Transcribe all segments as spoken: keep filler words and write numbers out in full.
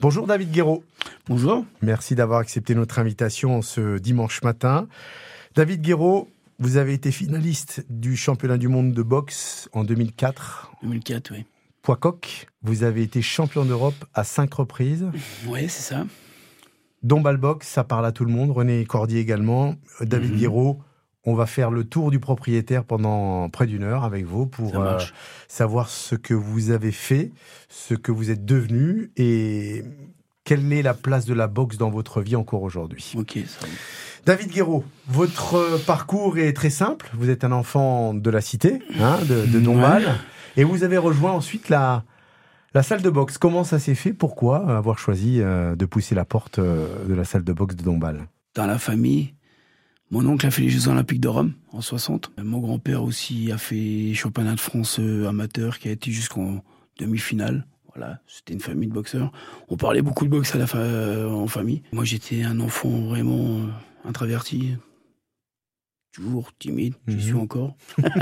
Bonjour David Guéraud. Bonjour. Merci d'avoir accepté notre invitation ce dimanche matin. David Guéraud, vous avez été finaliste du championnat du monde de boxe en deux mille quatre. deux mille quatre, oui. Poids coq, vous avez été champion d'Europe à cinq reprises. Oui, c'est ça. Dombal boxe, ça parle à tout le monde. René Cordier également. David mmh. Guéraud, on va faire le tour du propriétaire pendant près d'une heure avec vous pour euh, savoir ce que vous avez fait, ce que vous êtes devenu et quelle est la place de la boxe dans votre vie encore aujourd'hui. Ok, ça va. David Guéraud, votre parcours est très simple. Vous êtes un enfant de la cité, hein, de, de Dombal, ouais. Et vous avez rejoint ensuite la, la salle de boxe. Comment ça s'est fait ? Pourquoi avoir choisi euh, de pousser la porte euh, de la salle de boxe de Dombal ? Dans la famille, mon oncle a fait les Jeux Olympiques de Rome en soixante. Mon grand-père aussi a fait les championnats de France amateur qui a été jusqu'en demi-finale. Voilà, c'était une famille de boxeurs. On parlait beaucoup de boxe à la fa- euh, en famille. Moi, j'étais un enfant vraiment euh, introverti, toujours timide, j'y mmh. suis encore.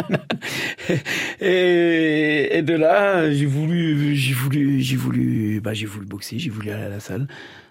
et, et de là, j'ai voulu, j'ai voulu, j'ai voulu, bah, j'ai voulu boxer, j'ai voulu aller à la salle.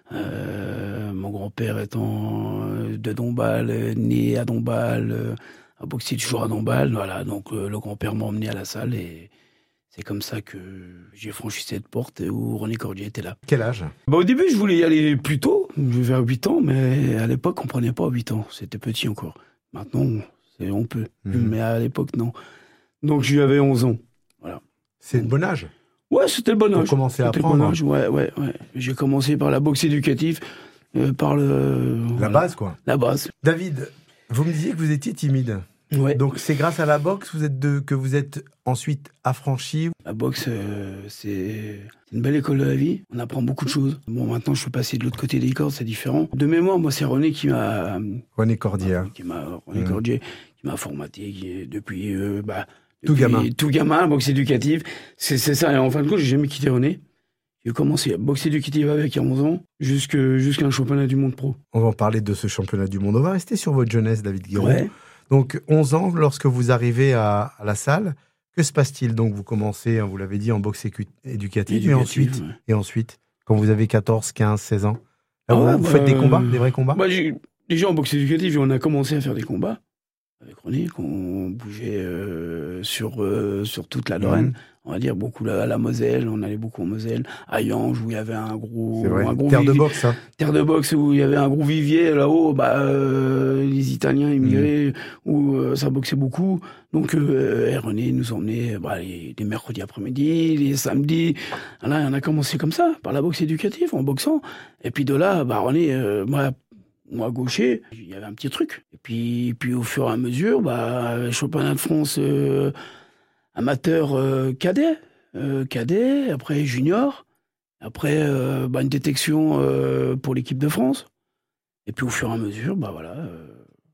Euh, mon grand-père étant de Dombal, né à Dombal, euh, a boxé toujours à Dombal, voilà. Donc euh, le grand-père m'a emmené à la salle et c'est comme ça que j'ai franchi cette porte où René Cordier était là. Quel âge ? Bah, au début, je voulais y aller plus tôt, vers huit ans, mais à l'époque, on prenait pas huit ans, c'était petit encore. Maintenant, c'est, on peut, mmh. mais à l'époque, non. Donc j'avais onze ans, voilà. C'est le bon âge ? Ouais, c'était le bon âge. Pour commencer à apprendre. Bon âge, ouais, ouais, ouais. J'ai commencé par la boxe éducative, euh, par le... La voilà. base, quoi. La base. David, vous me disiez que vous étiez timide. Ouais. Donc c'est grâce à la boxe vous êtes de, que vous êtes ensuite affranchi. La boxe, euh, c'est une belle école de la vie. On apprend beaucoup de choses. Bon, maintenant, je suis passé de l'autre côté des cordes, c'est différent. De mémoire, moi, c'est René qui m'a... René Cordier. M'a, qui m'a, René mmh. Cordier, qui m'a formaté qui, depuis... Euh, bah, Tout depuis, gamin. Tout gamin, boxe éducative. C'est, c'est ça. Et en fin de compte, j'ai jamais quitté René. J'ai commencé à boxe éducative avec à onze ans, jusque, jusqu'à un championnat du monde pro. On va en parler de ce championnat du monde. On va rester sur votre jeunesse, David Guéraud. Ouais. Donc, onze ans, lorsque vous arrivez à, à la salle, que se passe-t-il ? Donc, vous commencez, vous l'avez dit, en boxe écu- éducative, éducative, et ensuite, ouais. et ensuite, quand vous avez quatorze, quinze, seize ans, là, ah, vous, bah, vous faites des combats, des vrais combats ? bah, j'ai, Déjà, en boxe éducative, on a commencé à faire des combats avec René, qu'on bougeait euh, sur, euh, sur toute la Lorraine. Mmh. On va dire beaucoup à la Moselle, on allait beaucoup en Moselle, à Yanges où il y avait un gros, un gros terre vivier, de boxe, hein. terre de boxe où il y avait un gros vivier là-haut, bah euh, les Italiens immigrés mmh. où euh, ça boxait beaucoup. Donc euh, René nous emmenait bah, les, les mercredis après-midi, les samedis. Là, on a commencé comme ça par la boxe éducative en boxant. Et puis de là, bah René, euh, moi. Moi, gaucher, il y avait un petit truc. Et puis, puis au fur et à mesure, bah, championnat de France euh, amateur euh, cadet, euh, cadet, après junior, après euh, bah, une détection euh, pour l'équipe de France. Et puis au fur et à mesure, bah voilà, euh,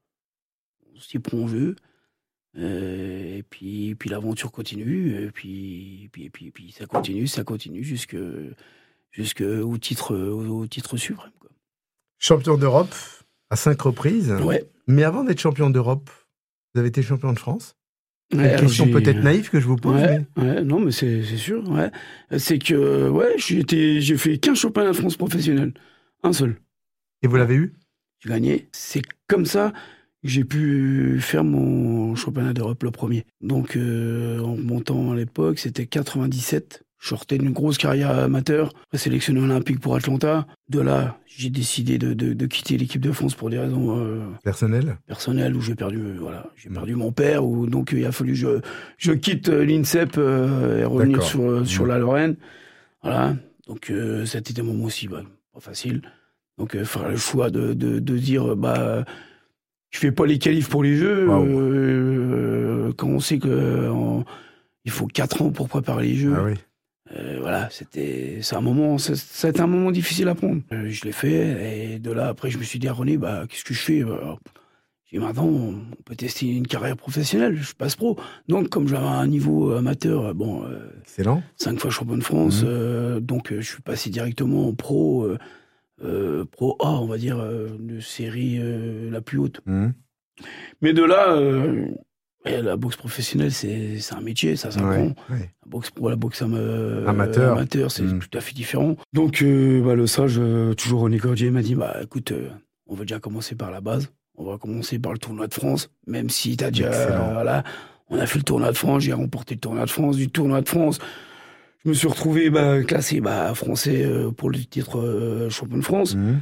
on s'y prend au jeu. Euh, et puis, puis l'aventure continue. Et puis, et puis, et puis, et puis ça continue, ça continue jusque, jusque au titre, au, au titre suprême, quoi. Champion d'Europe à cinq reprises. Ouais. Mais avant d'être champion d'Europe, vous avez été champion de France. Ouais, une question j'ai... peut-être naïve que je vous pose. Ouais, mais... ouais, non, mais c'est, c'est sûr. Ouais. C'est que ouais, j'ai, été, j'ai fait quinze championnats de France professionnels. Un seul. Et vous l'avez eu ? J'ai gagné. C'est comme ça que j'ai pu faire mon championnat d'Europe, le premier. Donc, euh, en remontant à l'époque, c'était quatre-vingt-dix-sept. Je sortais d'une grosse carrière amateur, sélectionné olympique pour Atlanta. De là, j'ai décidé de, de, de quitter l'équipe de France pour des raisons euh, personnelles. Personnelles, où j'ai perdu, euh, voilà, j'ai mmh. perdu mon père, où donc il a fallu que je, je quitte l'INSEP euh, et revenir D'accord. sur euh, sur mmh. la Lorraine. Voilà, donc euh, c'était un moment aussi bah, pas facile. Donc euh, faire le choix de de, de dire bah je fais pas les qualifs pour les Jeux wow. euh, quand on sait que en, il faut quatre ans pour préparer les Jeux. Ah oui. Euh, voilà, c'était, c'est un moment, c'est, c'est un moment difficile à prendre. Euh, je l'ai fait, et de là, après, je me suis dit à René, bah, qu'est-ce que je fais bah, j'ai dit, maintenant, on peut tester une carrière professionnelle, je passe pro. Donc, comme j'avais un niveau amateur, bon, euh, excellent, cinq fois champion de France, mmh. euh, donc euh, je suis passé directement en pro, euh, euh, pro A, on va dire, euh, de série euh, la plus haute. Mmh. Mais de là, euh, Et la boxe professionnelle, c'est, c'est un métier, ça s'apprend. Ouais, ouais. La boxe pour la boxe euh, amateur, amateur c'est mmh. tout à fait différent. Donc, euh, bah, le sage, euh, toujours René Cordier, m'a dit, bah, écoute, euh, on va déjà commencer par la base. On va commencer par le tournoi de France, même si t'as déjà, euh, voilà, on a fait le tournoi de France, j'ai remporté le tournoi de France, du tournoi de France. Je me suis retrouvé, bah, classé, bah, français euh, pour le titre euh, champion de France. Mmh.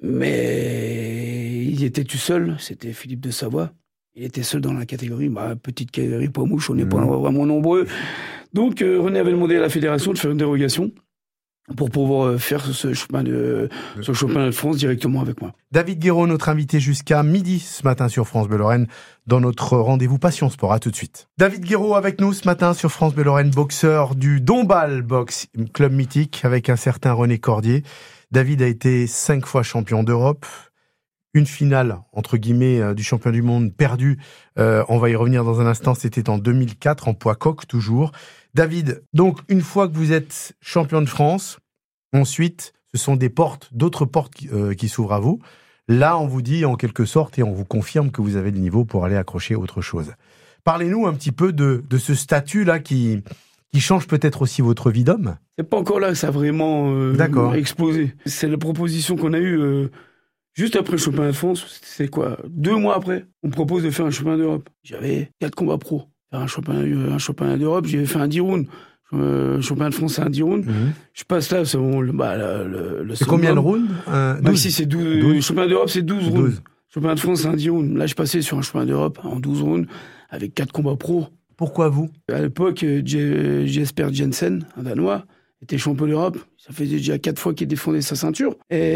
Mais il était tout seul, c'était Philippe de Savoie. Il était seul dans la catégorie, bah, petite catégorie poids mouche, on n'est mmh. pas vraiment nombreux. Donc euh, René avait demandé à la fédération de faire une dérogation pour pouvoir faire ce chemin de, ce championnat de France directement avec moi. David Guéraud, notre invité jusqu'à midi ce matin sur France Bleu Lorraine, dans notre rendez-vous Passion Sport. À tout de suite. David Guéraud avec nous ce matin sur France Bleu Lorraine, boxeur du Dombasle Boxe, club mythique avec un certain René Cordier. David a été cinq fois champion d'Europe. Une finale, entre guillemets, euh, du champion du monde perdue. Euh, on va y revenir dans un instant. C'était en deux mille quatre, en poids coq, toujours. David, donc, une fois que vous êtes champion de France, ensuite, ce sont des portes, d'autres portes qui, euh, qui s'ouvrent à vous. Là, on vous dit, en quelque sorte, et on vous confirme que vous avez le niveau pour aller accrocher autre chose. Parlez-nous un petit peu de, de ce statut-là qui, qui change peut-être aussi votre vie d'homme. C'est pas encore là que ça a vraiment euh, explosé. C'est la proposition qu'on a eue... Euh... Juste après le championnat de France, c'est quoi? Deux mois après, on me propose de faire un championnat d'Europe. J'avais quatre combats pro. Faire un championnat, un championnat d'Europe, j'avais fait un dix rounds. Euh, championnat de France, c'est un dix rounds. Mmh. Je passe là, c'est bon, le, bah, le, le C'est combien de rounds? euh, bah, si, c'est douze. douze. Le championnat d'Europe, c'est douze, douze rounds. Championnat de France, c'est un dix rounds. Là, je passais sur un championnat d'Europe en douze rounds avec quatre combats pro. Pourquoi vous? À l'époque, Jesper Jensen, un Danois, était champion d'Europe. Ça faisait déjà quatre fois qu'il défendait sa ceinture.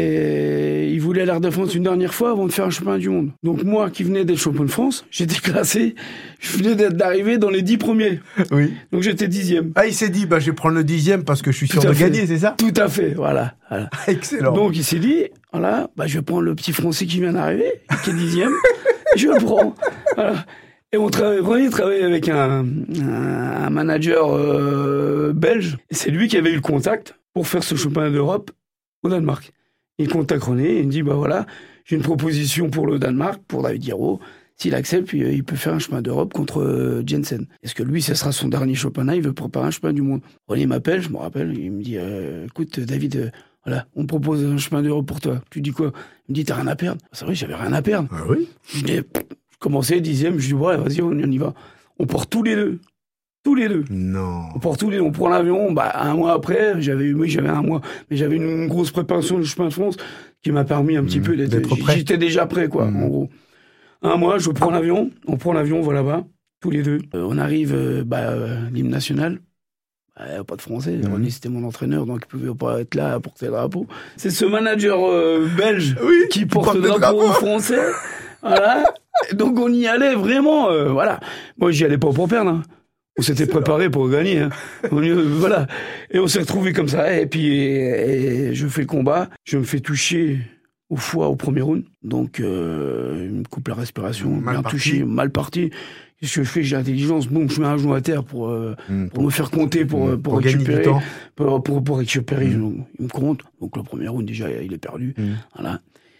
Et il voulait aller de France une dernière fois avant de faire un championnat du monde. Donc moi, qui venais d'être champion de France, j'étais classé, je venais d'être d'arriver dans les dix premiers. Oui. Donc j'étais dixième. Ah, il s'est dit, bah, je vais prendre le dixième parce que je suis sûr de gagner, c'est ça? Tout à fait, voilà. voilà. Excellent. Donc il s'est dit, voilà, bah, je vais prendre le petit Français qui vient d'arriver, qui est dixième, je le prends. Voilà. Et on travaillait, travaillait avec un, un, un manager euh, belge. Et c'est lui qui avait eu le contact pour faire ce championnat d'Europe au Danemark. Il contacte René et il me dit, bah voilà, j'ai une proposition pour le Danemark, pour David Guéraud. S'il accepte, puis, euh, il peut faire un championnat d'Europe contre euh, Jensen. Est-ce que lui, ce sera son dernier championnat? Il veut préparer un championnat du monde. René m'appelle, je me rappelle, il me dit, euh, écoute, David, euh, voilà, on propose un championnat d'Europe pour toi. Tu dis quoi? Il me dit, t'as rien à perdre. C'est vrai, j'avais rien à perdre. Ah oui? Je dis, commencé dixième, je dis ouais, vas-y, on y va. On part tous les deux, tous les deux. Non. On part tous les deux, on prend l'avion. Bah un mois après, j'avais eu, oui, j'avais un mois, mais j'avais une grosse préparation du chemin de France qui m'a permis un petit mmh, peu d'être, d'être prêt. J'étais déjà prêt, quoi, mmh. en gros. Un mois, je prends l'avion, on prend l'avion, on va là-bas, tous les deux. Euh, on arrive, euh, bah euh, l'hymne national. Bah, pas de français. Mmh. René, c'était mon entraîneur, donc il pouvait pas être là à porter le drapeau. C'est ce manager euh, belge oui, qui porte le drapeau, drapeau français. Voilà. Donc on y allait vraiment, euh, voilà. Moi j'y allais pas pour perdre, hein. On s'était préparé pour gagner, hein. On, euh, voilà. Et on s'est retrouvés comme ça. Et puis et, et je fais le combat, je me fais toucher au foie au premier round, donc euh, il me coupe la respiration, mal bien parti. touché, mal parti. Qu'est-ce que je fais? J'ai l'intelligence, boum, je mets un genou à terre pour euh, mmh, pour, pour me faire compter, pour mmh, pour, pour récupérer, pour, pour pour récupérer. Mmh. Donc, il me compte. Donc le premier round déjà il est perdu, mmh. voilà.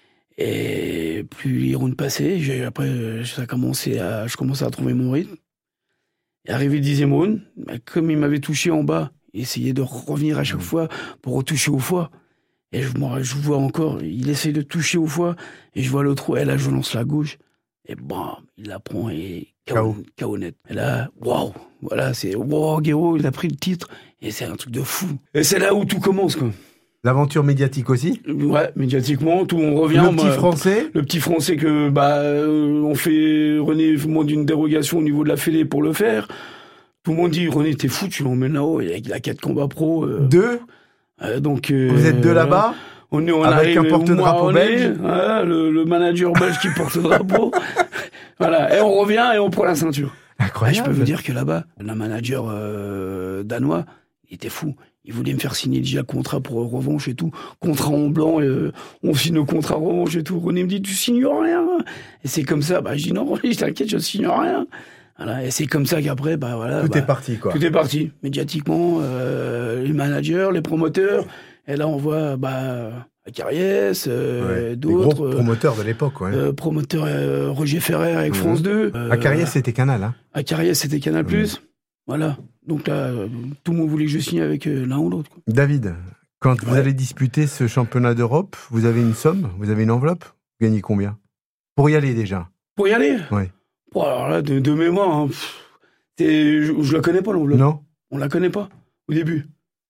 Et plus les rounds passaient, j'ai, après, ça a commencé à, je commençais à trouver mon rythme. Et arrivé le dixième round, comme il m'avait touché en bas, il essayait de revenir à chaque mmh. fois pour retoucher au foie. Et je, moi, je vois encore, il essaye de toucher au foie, et je vois l'autre, et là, je lance la gauche, et bam, il la prend, et K O net. Et là, waouh, voilà, c'est, waouh, Guéraud, il a pris le titre, et c'est un truc de fou. Et c'est là où tout commence, quoi. L'aventure médiatique aussi? Ouais, médiatiquement, tout, on revient. Le petit bah, français? Le petit français que, bah, euh, on fait, René demande une dérogation au niveau de la fédé pour le faire. Tout le monde dit, René, t'es fou, tu l'emmènes là-haut, il a quatre combats pro. Euh, deux? euh, donc, euh, Vous êtes deux là-bas? On est, on avec arrive, un porte-drapeau belge? Ouais, le, le manager belge qui porte le drapeau. Voilà. Et on revient et on prend la ceinture. Incroyable. Et je peux vous dire que là-bas, le manager, euh, danois, il était fou. Il voulait me faire signer déjà le contrat pour revanche et tout. Contrat en blanc, euh, on signe le contrat revanche et tout. René me dit, tu signes rien. Et c'est comme ça. Bah, je dis, non, René, t'inquiète, je signe rien. Voilà. Et c'est comme ça qu'après, bah, voilà. Tout bah, est parti, quoi. Tout est parti. Médiatiquement, euh, les managers, les promoteurs. Et là, on voit bah, Acariès, euh, ouais. d'autres. Gros promoteurs de l'époque, ouais. Euh, promoteur euh, Roger Ferrer avec mmh. France deux. Euh, Acariès, c'était Canal. Hein. Acariès, c'était Canal plus. Mmh. Voilà. Donc là, euh, tout le monde voulait que je signe avec euh, l'un ou l'autre. Quoi. David, quand ouais. vous allez disputer ce championnat d'Europe, vous avez une somme, vous avez une enveloppe, vous gagnez combien? Pour y aller déjà? Pour y aller? Oui. Bon, alors là, de, de mémoire, hein, je, je la connais pas l'enveloppe. Non. On la connaît pas au début.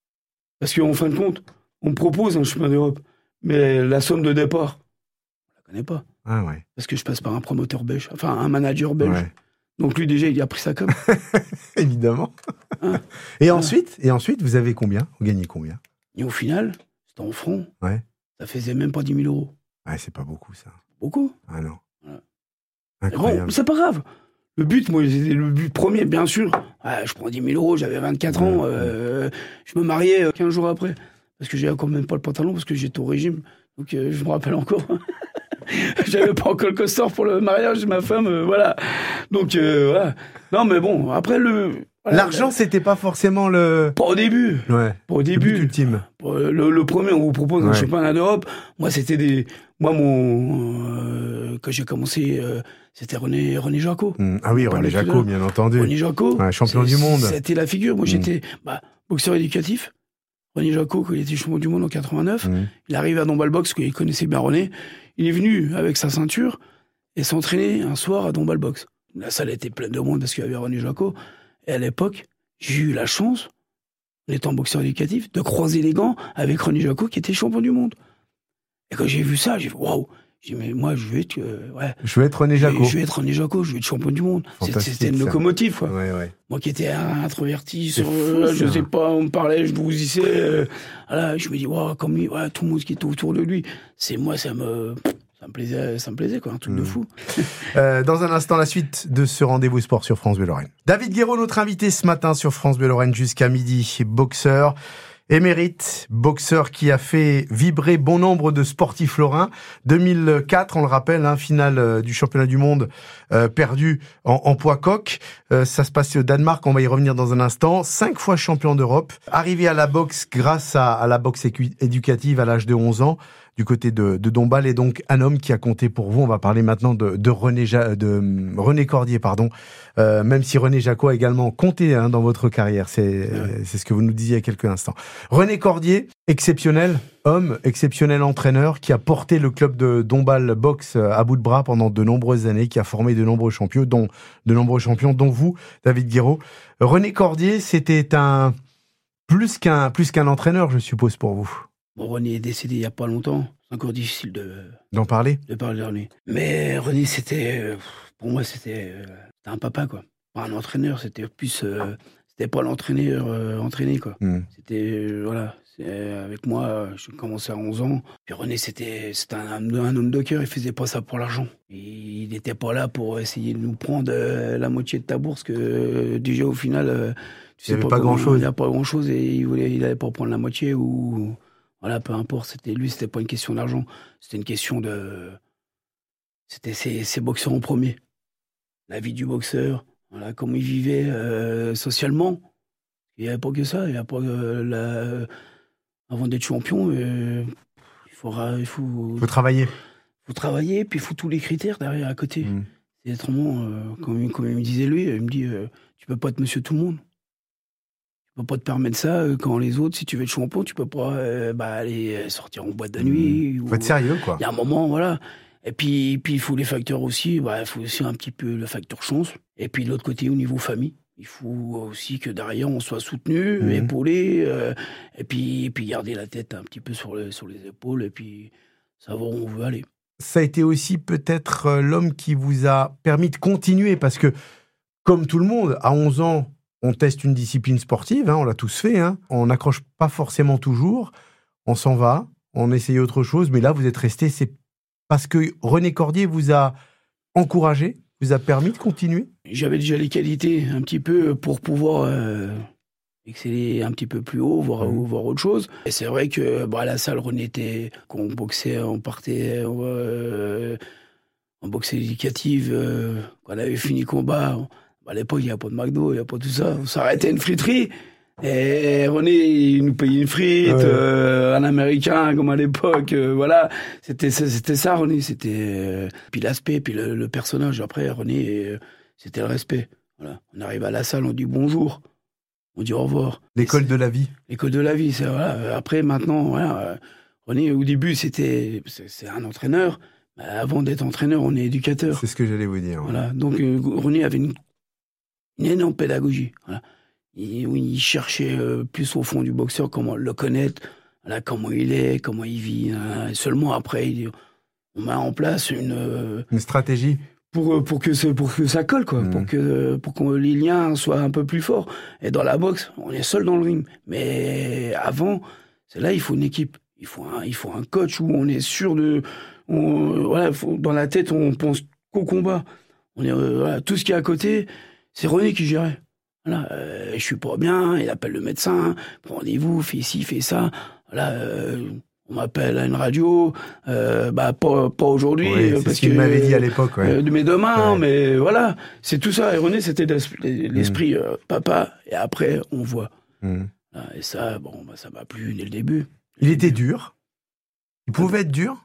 Parce qu'en fin de compte, on me propose un championnat d'Europe, mais la somme de départ, on la connaît pas. Ah ouais. Parce que je passe par un promoteur belge, enfin un manager belge. Ouais. Donc lui déjà, il a pris sa com. Évidemment. Hein et hein ensuite, et ensuite, vous avez combien? Vous gagnez combien? Et au final, c'était en francs. Ouais. Ça faisait même pas dix mille euros. Ouais, c'est pas beaucoup ça. Beaucoup. Ah non. Voilà. Incroyable. Bon, c'est pas grave. Le but, moi, c'était le but premier, bien sûr. Ouais, je prends dix mille euros, j'avais vingt-quatre ans. Euh, je me mariais quinze jours après. Parce que j'avais quand même pas le pantalon, parce que j'étais au régime. Donc, euh, je me rappelle encore. J'avais pas encore le costard pour le mariage de ma femme. Euh, voilà. Donc, euh, voilà. Non, mais bon, après, le. Voilà, l'argent, c'était pas forcément le. Pas au début. Ouais. Pas au début. Le but ultime. Le, le premier, on vous propose ouais. un championnat d'Europe. Moi, c'était des. Moi, mon. Euh, quand j'ai commencé, euh, c'était René, René Jacot. Mmh. Ah oui, René Jacot, bien entendu. René Jacot. Ouais, champion du monde. C'était la figure. Moi, mmh. j'étais bah, boxeur éducatif. René Jacot, quand il était champion du monde en quatre-vingt-neuf, mmh. il arrive à Dombasle Box, qu'il connaissait bien René. Il est venu avec sa ceinture et s'entraîner un soir à Dombasle Box. La salle était pleine de monde parce qu'il y avait René Jacot. Et à l'époque, j'ai eu la chance, en étant boxeur éducatif, de croiser les gants avec René Jacot, qui était champion du monde. Et quand j'ai vu ça, j'ai dit waouh! J'ai dit, mais moi, je veux être. Euh, ouais, je veux être René Jacot. Je veux être René Jacot, je veux être champion du monde. C'était une locomotive, quoi. Ouais, ouais. Moi qui étais introverti, sur, euh, je sais pas, on me parlait, je bousissais. Euh, voilà, je me dis, waouh, comme lui, ouais, tout le monde qui était autour de lui, c'est moi, ça me. Ça me plaisait, ça me plaisait, quoi, un truc mmh. de fou. euh, dans un instant, la suite de ce rendez-vous sport sur France Bleu Lorraine. David Guéraud, notre invité ce matin sur France Bleu Lorraine jusqu'à midi, boxeur émérite, boxeur qui a fait vibrer bon nombre de sportifs lorrains. deux mille quatre, on le rappelle, hein, finale euh, du championnat du monde euh, perdu en, en poids coq. Euh, ça se passait au Danemark, on va y revenir dans un instant. Cinq fois champion d'Europe, arrivé à la boxe grâce à, à la boxe écu- éducative à l'âge de onze ans. Du côté de, de Dombasle, et donc un homme qui a compté pour vous. On va parler maintenant de, de, René, ja, de René Cordier, pardon. Euh, même si René Jacot a également compté hein, dans votre carrière, c'est, ouais. c'est ce que vous nous disiez il y a quelques instants. René Cordier, exceptionnel homme, exceptionnel entraîneur, qui a porté le club de Dombasle Boxe à bout de bras pendant de nombreuses années, qui a formé de nombreux champions, dont de nombreux champions, dont vous, David Guéraud. René Cordier, c'était un plus qu'un plus qu'un entraîneur, je suppose, pour vous. Bon, René est décédé il n'y a pas longtemps. C'est encore difficile de... D'en parler De parler de René. Mais René, c'était... Pour moi, c'était, c'était un papa, quoi. Pas un entraîneur, c'était plus... Euh, c'était pas l'entraîneur euh, entraîné, quoi. Mm. C'était... Euh, voilà. C'est, avec moi, j'ai commencé à onze ans. Puis René, c'était, c'était un, un homme de cœur. Il faisait pas ça pour l'argent. Il n'était pas là pour essayer de nous prendre euh, la moitié de ta bourse, que euh, déjà, au final... Euh, tu sais il n'y avait pas, pas grand-chose. Il n'y a pas grand-chose et il voulait, il allait pas prendre la moitié ou... Voilà, peu importe, c'était lui, c'était pas une question d'argent, c'était une question de... C'était ses, ses boxeurs en premier. La vie du boxeur, voilà, comment il vivait euh, socialement. Il n'y avait pas que ça, il n'y a pas euh, la... Avant d'être champion, euh, il, faudra, il faut... faut travailler. Il faut travailler, puis il faut tous les critères derrière, à côté. Mmh. C'est autrement, euh, comme, comme il me disait lui, il me dit, euh, tu peux pas être monsieur tout le monde. Tu peux pas te permettre ça quand les autres, si tu veux être champion, tu peux pas euh, bah, aller sortir en boîte de nuit. Mmh. Faut être sérieux, quoi. Il y a un moment, voilà. Et puis, puis il faut les facteurs aussi. Bah, il faut aussi un petit peu le facteur chance. Et puis de l'autre côté, au niveau famille, il faut aussi que derrière on soit soutenu, mmh. épaulé, euh, et puis, et puis garder la tête un petit peu sur, le, sur les épaules, et puis savoir où on veut aller. Ça a été aussi peut-être l'homme qui vous a permis de continuer, parce que comme tout le monde, à onze ans. On teste une discipline sportive, hein, on l'a tous fait, hein. On n'accroche pas forcément toujours, on s'en va, on essaye autre chose, mais là vous êtes resté, c'est parce que René Cordier vous a encouragé, vous a permis de continuer? J'avais déjà les qualités un petit peu pour pouvoir euh, exceller un petit peu plus haut, voir, mmh. voir autre chose. Et c'est vrai que bah, à la salle, René était, quand on boxait, on partait euh, en boxe éducative, euh, quand on avait fini combat. On, À l'époque, il n'y a pas de McDo, il n'y a pas tout ça. On s'arrêtait à une friterie. Et René, il nous payait une frite, ouais. euh, un américain comme à l'époque, euh, voilà. C'était, c'était ça, René. C'était euh, puis l'aspect, puis le, le personnage. Après, René, euh, c'était le respect. Voilà. On arrive à la salle, on dit bonjour, on dit au revoir. L'école de la vie. L'école de la vie, c'est voilà. Après, maintenant, voilà. Euh, René, au début, c'était, c'est, c'est un entraîneur. Mais avant d'être entraîneur, on est éducateur. C'est ce que j'allais vous dire. Voilà. Donc euh, René avait une, une énorme pédagogie. Voilà. Il, il cherchait euh, plus au fond du boxeur comment le connaître, voilà, comment il est, comment il vit. Hein. Et seulement après, il, on met en place une euh, une stratégie pour pour que ce, pour que ça colle, quoi, mmh. pour que pour que les liens soient un peu plus forts. Et dans la boxe, on est seul dans le ring. Mais avant, c'est là il faut une équipe, il faut un il faut un coach où on est sûr de, on, voilà, faut, dans la tête on pense qu'au combat. On est euh, voilà, tout ce qui est à côté, c'est René qui gérait. Voilà, euh, je suis pas bien, il appelle le médecin, prends rendez-vous, fais ci, fais ça. Voilà, euh, on m'appelle à une radio, euh, bah pas, pas aujourd'hui, oui, parce c'est ce qu'il m'avait dit à l'époque. Ouais. Euh, mais demain, ouais. mais voilà, c'est tout ça. Et René, c'était l'esprit mmh. euh, papa, et après on voit. Mmh. Voilà, et ça, bon, bah, ça m'a plu dès le début. Il était dur. Il pouvait être dur.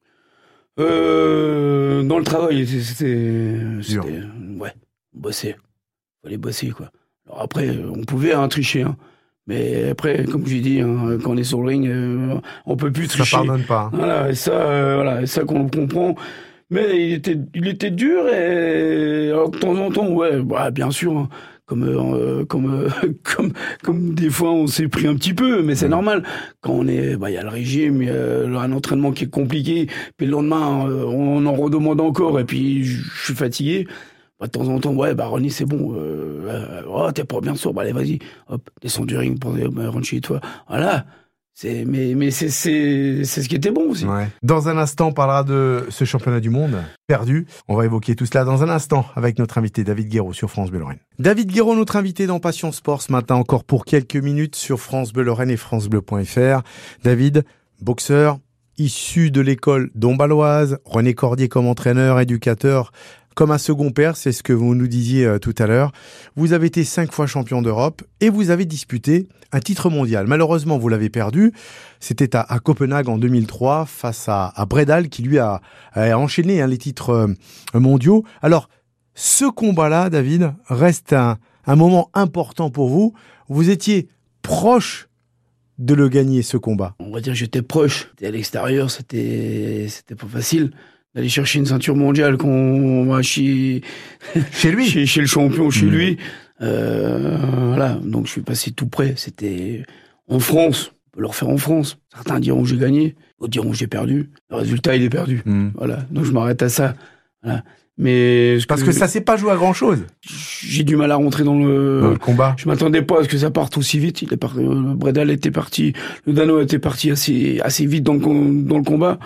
Euh, dans le travail, c'était, c'était, ouais, on bossait, fallait bosser quoi. Alors après, on pouvait hein, tricher, hein. Mais après, comme j'ai dit, hein, quand on est sur le ring, euh, on peut plus tricher. Ça pardonne pas. Voilà, et ça, euh, voilà, et ça qu'on comprend. Mais il était, il était dur et alors, de temps en temps, ouais, bah, bien sûr, hein, comme, euh, comme, euh, comme, comme des fois on s'est pris un petit peu, mais c'est mmh. normal. Quand on est, bah, il y a le régime, il y a un entraînement qui est compliqué, puis le lendemain, euh, on en redemande encore, et puis je suis fatigué. Bah, de temps en temps, ouais, bah, René, c'est bon, euh, euh, oh, t'es pas bien sûr, bah, allez, vas-y, hop, descends du ring pour bah, rentrer chez toi. Voilà. C'est, mais, mais c'est, c'est, c'est ce qui était bon aussi. Ouais. Dans un instant, on parlera de ce championnat du monde perdu. On va évoquer tout cela dans un instant avec notre invité David Guéraud sur France Bleu Lorraine. David Guéraud, notre invité dans Passion Sport ce matin, encore pour quelques minutes sur France Bleu Lorraine et francebleu point f r. David, boxeur, issu de l'école dombasloise, René Cordier comme entraîneur, éducateur, comme un second père, c'est ce que vous nous disiez euh, tout à l'heure. Vous avez été cinq fois champion d'Europe et vous avez disputé un titre mondial. Malheureusement, vous l'avez perdu. C'était à, à Copenhague en deux mille trois face à, à Bredal qui lui a, a enchaîné hein, les titres euh, mondiaux. Alors, ce combat-là, David, reste un, un moment important pour vous. Vous étiez proche de le gagner, ce combat. On va dire que j'étais proche. C'était à l'extérieur, c'était, c'était pas facile d'aller chercher une ceinture mondiale qu'on va chez chez lui, chez, chez le champion, chez mmh. lui. Euh, voilà, donc je suis passé tout près. C'était en France. On peut le refaire en France. Certains diront que j'ai gagné, d'autres diront que j'ai perdu. Le résultat, il est perdu. Mmh. Voilà, donc je m'arrête à ça. Voilà. Mais parce que, que ça s'est pas joué à grand chose. J'ai du mal à rentrer dans le, dans le combat. Je m'attendais pas à ce que ça parte aussi vite. Il est par... Bredal était parti, le Dano était parti assez assez vite dans le dans le combat.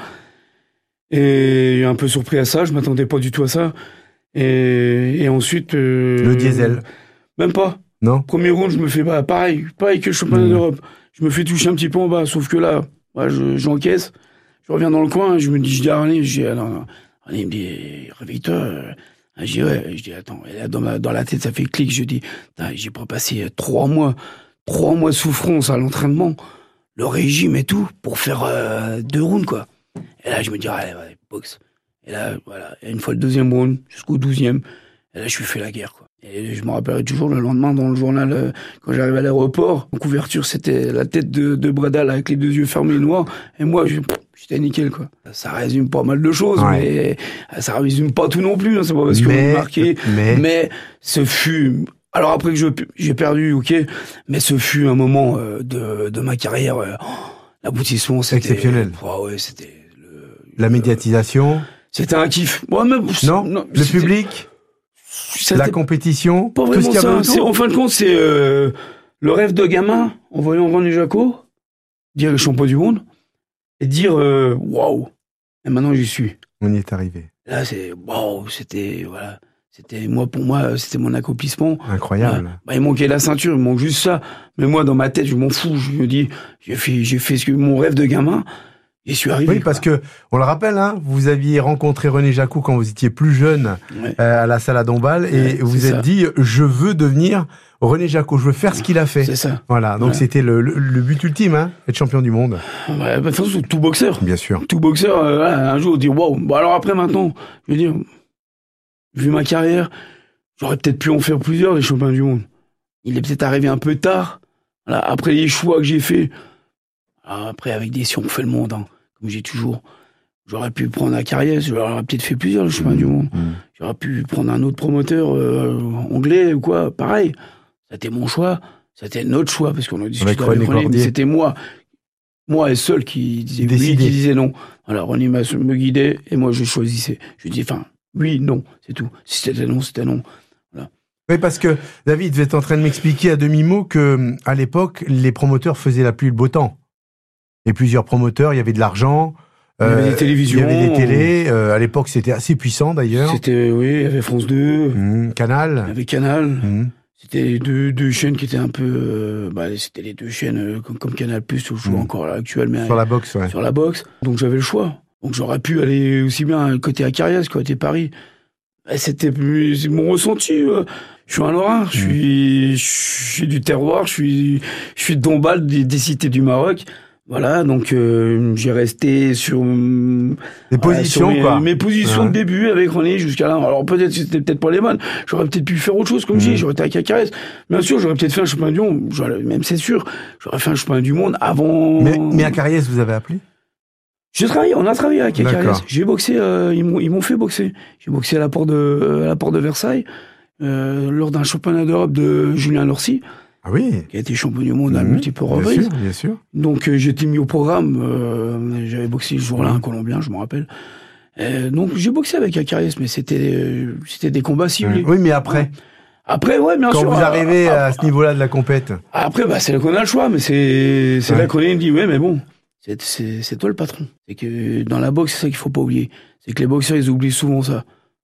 Et un peu surpris à ça, je m'attendais pas du tout à ça. Et, et ensuite... Euh, le diesel. Même pas. Non. Premier round, je me fais bah, pareil, pareil que le championnat mmh. d'Europe. Je me fais toucher un petit peu en bas, sauf que là, bah, je, j'encaisse, je reviens dans le coin, je me dis, je dis à René, je dis, ah, non, non. René, il me dit, réveille-toi. Euh, je dis, ouais, je dis, attends. Et là, dans, ma, dans la tête, ça fait clic, je dis, j'ai pas passé trois mois, trois mois de souffrance à l'entraînement, le régime et tout, pour faire euh, deux rounds, quoi. Et là, je me dis, allez, allez, boxe. Et là, voilà. Et une fois le deuxième round, jusqu'au douzième, et là, je lui fais la guerre, quoi. Et je me rappellerai toujours le lendemain dans le journal, euh, quand j'arrive à l'aéroport, en couverture, c'était la tête de, de Bredal avec les deux yeux fermés noirs. Et moi, je, j'étais nickel, quoi. Ça résume pas mal de choses, ouais. mais ça résume pas tout non plus. Hein, c'est pas parce qu'on est marqué. Mais... mais ce fut... Alors après que je, j'ai perdu, ok, mais ce fut un moment euh, de, de ma carrière... Euh, l'aboutissement, c'était... exceptionnel. Oh, ouais, c'était... Le, la médiatisation. C'était un kiff. Ouais, mais, non, non, le public, la compétition, pas tout ce qu'il y avait ça. En fin de compte, c'est euh, le rêve de gamin en voyant René Jacot dire le champion du monde et dire waouh. Wow. Et maintenant, j'y suis. On y est arrivé. Là, c'est waouh. Wow, c'était voilà. C'était moi pour moi, c'était mon accomplissement. Incroyable. Voilà. Bah, il manquait la ceinture, il manque juste ça. Mais moi, dans ma tête, je m'en fous. Je me dis, j'ai fait, j'ai fait ce que mon rêve de gamin. J'y suis arrivé. Oui, parce que, on le rappelle, hein, vous aviez rencontré René Jacou quand vous étiez plus jeune, ouais. euh, à la salle à Dombasle, ouais, et vous êtes dit, je veux devenir René Jacou, je veux faire ce qu'il a fait. C'est ça. Voilà, donc voilà. C'était le, le, le but ultime, hein, être champion du monde. Ouais, de toute façon, tout boxeur. Bien sûr. Tout boxeur, euh, un jour, dit, waouh, bon alors après maintenant, je veux dire, vu ma carrière, j'aurais peut-être pu en faire plusieurs, des champions du monde. Il est peut-être arrivé un peu tard, voilà, après les choix que j'ai faits, après avec des si on fait le monde, hein. Comme j'ai toujours, j'aurais pu prendre la carrière, j'aurais peut-être fait plusieurs le chemin mmh, du monde. Mmh. J'aurais pu prendre un autre promoteur euh, anglais ou quoi, pareil. C'était mon choix, c'était notre choix, parce qu'on a discuté avec, avec René, mais c'était moi, moi et seul qui disait oui, qui disait non. Alors René me guidait et moi je choisissais. Je disais, enfin, oui, non, c'est tout. Si c'était non, c'était non. Voilà. Oui, parce que David, vous êtes en train de m'expliquer à demi-mot que à l'époque, les promoteurs faisaient la pluie et le beau temps. Et plusieurs promoteurs, il y avait de l'argent. Il y avait euh, des télévisions. Il y avait des télés. Euh, à l'époque, c'était assez puissant, d'ailleurs. C'était, oui, il y avait France deux. Mmh, Canal. Il y avait Canal. Mmh. C'était deux, deux chaînes qui étaient un peu... Euh, bah, c'était les deux chaînes euh, comme, comme Canal+, je joue mmh. encore à l'actuel. Mais sur la boxe, ouais. Sur la boxe. Donc, j'avais le choix. Donc, j'aurais pu aller aussi bien côté Acarias, côté Paris. C'était mon ressenti. Euh. Je suis un Lorrain, je suis, mmh. je suis du terroir, je suis, je suis de Dombasle, des, des cités du Maroc. Voilà, donc euh, j'ai resté sur, les positions, sur mes, quoi. mes positions ouais. de début avec René jusqu'à là. Alors peut-être c'était peut-être pas les bonnes. J'aurais peut-être pu faire autre chose, comme mmh. je dis. J'aurais été à Cacarès. Bien sûr, j'aurais peut-être fait un championnat du monde. Même c'est sûr, j'aurais fait un championnat du monde avant. Mais, mais à Cacarès, vous avez appelé? J'ai travaillé, on a travaillé à Cacarès. J'ai boxé, euh, ils m'ont, ils m'ont fait boxer. J'ai boxé à la porte de, à la porte de Versailles euh, lors d'un championnat d'Europe de Julien Lorcy. Ah oui. Qui a été champion du monde à mmh, multiples reprises. Bien sûr, bien sûr. Donc, euh, j'ai été mis au programme. Euh, j'avais boxé ce jour-là un Colombien, je me rappelle. Euh, donc, j'ai boxé avec Acarias, mais c'était, euh, c'était des combats ciblés. Mmh. Oui, mais après. Ouais. Après, ouais, bien Quand sûr. Quand vous arrivez à, à, à ce niveau-là de la compète. Après, bah, c'est là qu'on a le choix, mais c'est, c'est ouais. là qu'on me dit, ouais, mais bon, c'est, c'est, c'est toi le patron. C'est que dans la boxe, c'est ça qu'il faut pas oublier. C'est que les boxeurs, ils oublient souvent ça.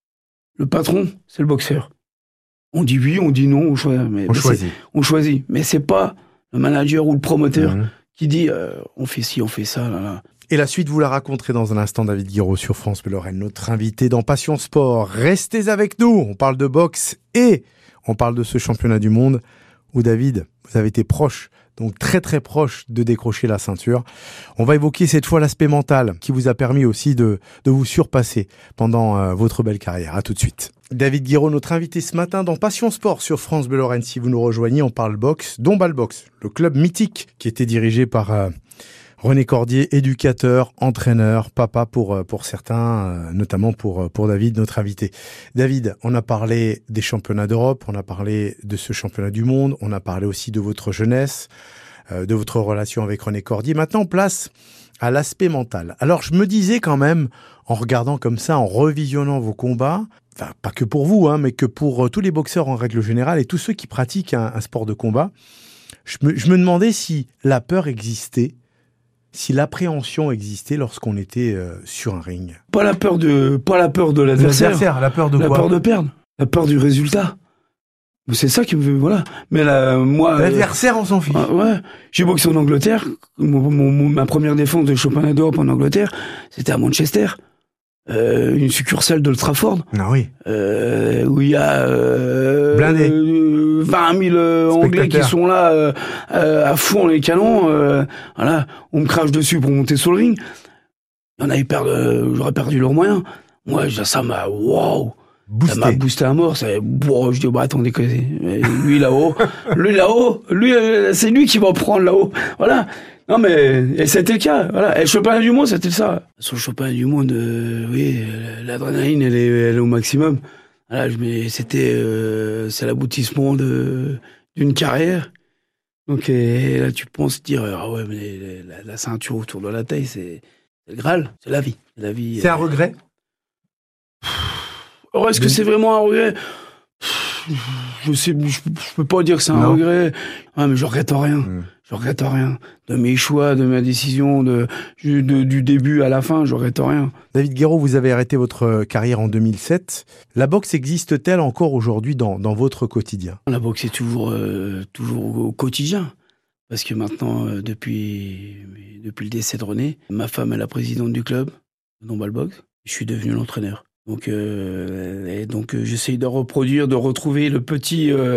Le patron, c'est le boxeur. On dit oui, on dit non, on choisit. Mais, on, mais choisit. on choisit. Mais c'est pas le manager ou le promoteur mmh. qui dit euh, on fait ci, on fait ça. Là, là. Et la suite, vous la raconterez dans un instant, David Guiraud sur France Bleu Lorraine, notre invité dans Passion Sport. Restez avec nous. On parle de boxe et on parle de ce championnat du monde où, David, vous avez été proche, donc très très proche de décrocher la ceinture. On va évoquer cette fois l'aspect mental qui vous a permis aussi de, de vous surpasser pendant euh, votre belle carrière. À tout de suite. David Guiraud, notre invité ce matin dans Passion Sport sur France Bleu Lorraine. Si vous nous rejoignez, on parle boxe, Dombasle Boxe, le club mythique qui était dirigé par euh, René Cordier, éducateur, entraîneur, papa pour pour certains, euh, notamment pour pour David, notre invité. David, on a parlé des championnats d'Europe, on a parlé de ce championnat du monde, on a parlé aussi de votre jeunesse, euh, de votre relation avec René Cordier. Maintenant, place à l'aspect mental. Alors, je me disais quand même, en regardant comme ça, en revisionnant vos combats, enfin, pas que pour vous, hein, mais que pour tous les boxeurs en règle générale et tous ceux qui pratiquent un, un sport de combat, je me, je me demandais si la peur existait, si l'appréhension existait lorsqu'on était euh, sur un ring. Pas la peur de, pas la peur de l'adversaire. L'adversaire, la peur de quoi? La peur de perdre. La peur du résultat. C'est ça qui me veut, voilà. Mais là, moi. L'adversaire, euh, on s'en fiche. Euh, ouais. J'ai boxé en Angleterre. Mon, mon, ma première défense de championnat d'Europe en Angleterre, c'était à Manchester. Euh, une succursale de Trafford. Ah oui. Euh, où il y a, euh, blindé. Euh, vingt mille euh, Anglais qui sont là, euh, euh, à fond les canons, euh, voilà. On me crache dessus pour monter sur le ring. Il y en a eu perdu, euh, j'aurais perdu leurs moyens. Moi, ça m'a, waouh. Ça m'a boosté à mort, ça, wow, je dis, bah, attendez, lui là-haut, lui là-haut, lui, c'est lui qui va prendre là-haut, voilà. Non, mais, et c'était le cas, voilà. Et le championnat du monde, c'était ça. Sur le championnat du monde, euh, oui, l'adrénaline, elle est, elle est au maximum. Voilà, je mais c'était, euh, c'est l'aboutissement de, d'une carrière. Donc, et là, tu penses dire, ah ouais, mais la, la ceinture autour de la taille, c'est, c'est le Graal, c'est la vie. C'est la vie. C'est un regret? Alors, est-ce que c'est vraiment un regret? Je sais, je, je peux pas dire que c'est un non. regret. Ouais, mais je regrette rien. Mmh. Je regrette rien. De mes choix, de ma décision, de, de, du début à la fin, je regrette rien. David Guiraud, vous avez arrêté votre carrière en deux mille sept. La boxe existe-t-elle encore aujourd'hui dans, dans votre quotidien? La boxe est toujours, euh, toujours au quotidien. Parce que maintenant, euh, depuis, depuis le décès de René, ma femme est la présidente du club, non-ball box. Je suis devenu l'entraîneur. Donc, euh, et donc euh, j'essaye de reproduire, de retrouver le petit, euh,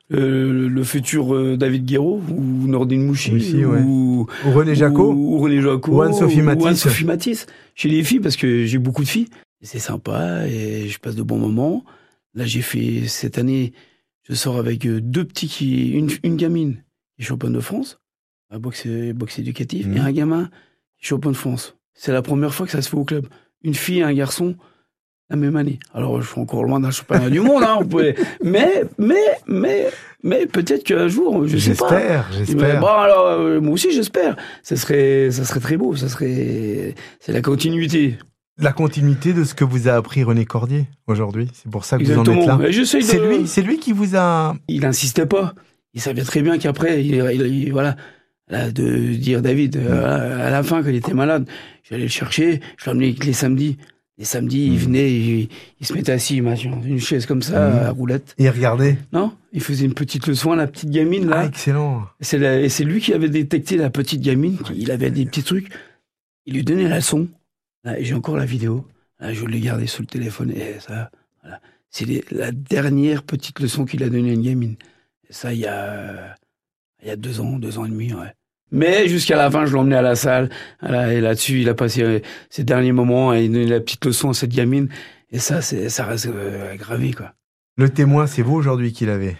le, le futur euh, David Guéraud, ou Nordine Mouchi, Aussi, ouais. ou, ou René Jacot, ou, ou René Jacot, ou Anne-Sophie Matisse. Ou Anne-Sophie Matisse, chez les filles, parce que j'ai beaucoup de filles. Et c'est sympa, et je passe de bons moments. Là, j'ai fait, cette année, je sors avec deux petits, qui, une, une gamine qui est championne de France, à boxe, boxe éducative, mmh. et un gamin qui est champion de France. C'est la première fois que ça se fait au club. Une fille et un garçon, la même année. Alors, je suis encore loin d'un championnat du monde, hein, on pouvait... mais, mais, mais, mais peut-être qu'un jour, je sais pas. J'espère, j'espère. Bon, alors, euh, moi aussi, j'espère. Ça serait, ça serait très beau, ça serait... C'est la continuité. La continuité de ce que vous a appris René Cordier, aujourd'hui. C'est pour ça que Exactement. vous en êtes là. De... C'est lui, c'est lui qui vous a... Il n'insistait pas. Il savait très bien qu'après, il, il, il, voilà... Là, de dire David, euh, à la fin, quand il était malade, j'allais le chercher, je l'emmenais les samedis. Les samedis, mmh. il venait, il, il se mettait assis, dans une chaise comme ça, mmh. à roulette. Et il regardait. Non, il faisait une petite leçon à la petite gamine, là. Ah, excellent. C'est la, et c'est lui qui avait détecté la petite gamine, qui, il avait des petits trucs. Il lui donnait la leçon. Là, et j'ai encore la vidéo. Là, je l'ai gardée sur le téléphone. Et ça, voilà. C'est les, la dernière petite leçon qu'il a donnée à une gamine. Et ça, il y a... Il y a deux ans, deux ans et demi, ouais. Mais jusqu'à la fin, je l'emmenais à la salle. Et là-dessus, il a passé ses derniers moments et il donnait la petite leçon à cette gamine. Et ça, c'est, ça reste euh, gravé, quoi. Le témoin, c'est vous aujourd'hui qui l'avez.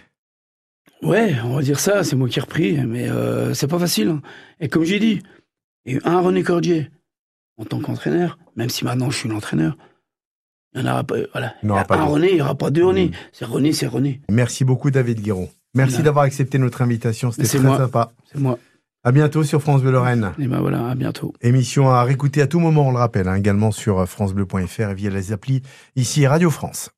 Ouais, on va dire ça. C'est moi qui ai repris. Mais euh, c'est pas facile. Hein. Et comme j'ai dit, il y a eu un René Cordier en tant qu'entraîneur, même si maintenant je suis l'entraîneur. Il n'y en aura pas. Voilà. Il y aura pas un René, il n'y aura pas deux René. Mmh. C'est René, c'est René. Merci beaucoup, David Guéraud. Merci ouais. d'avoir accepté notre invitation, c'était très moi. sympa. C'est moi. À bientôt sur France Bleu Lorraine. Et ben voilà, à bientôt. Émission à réécouter à tout moment, on le rappelle, hein, également sur francebleu point f r et via les applis ici Radio France.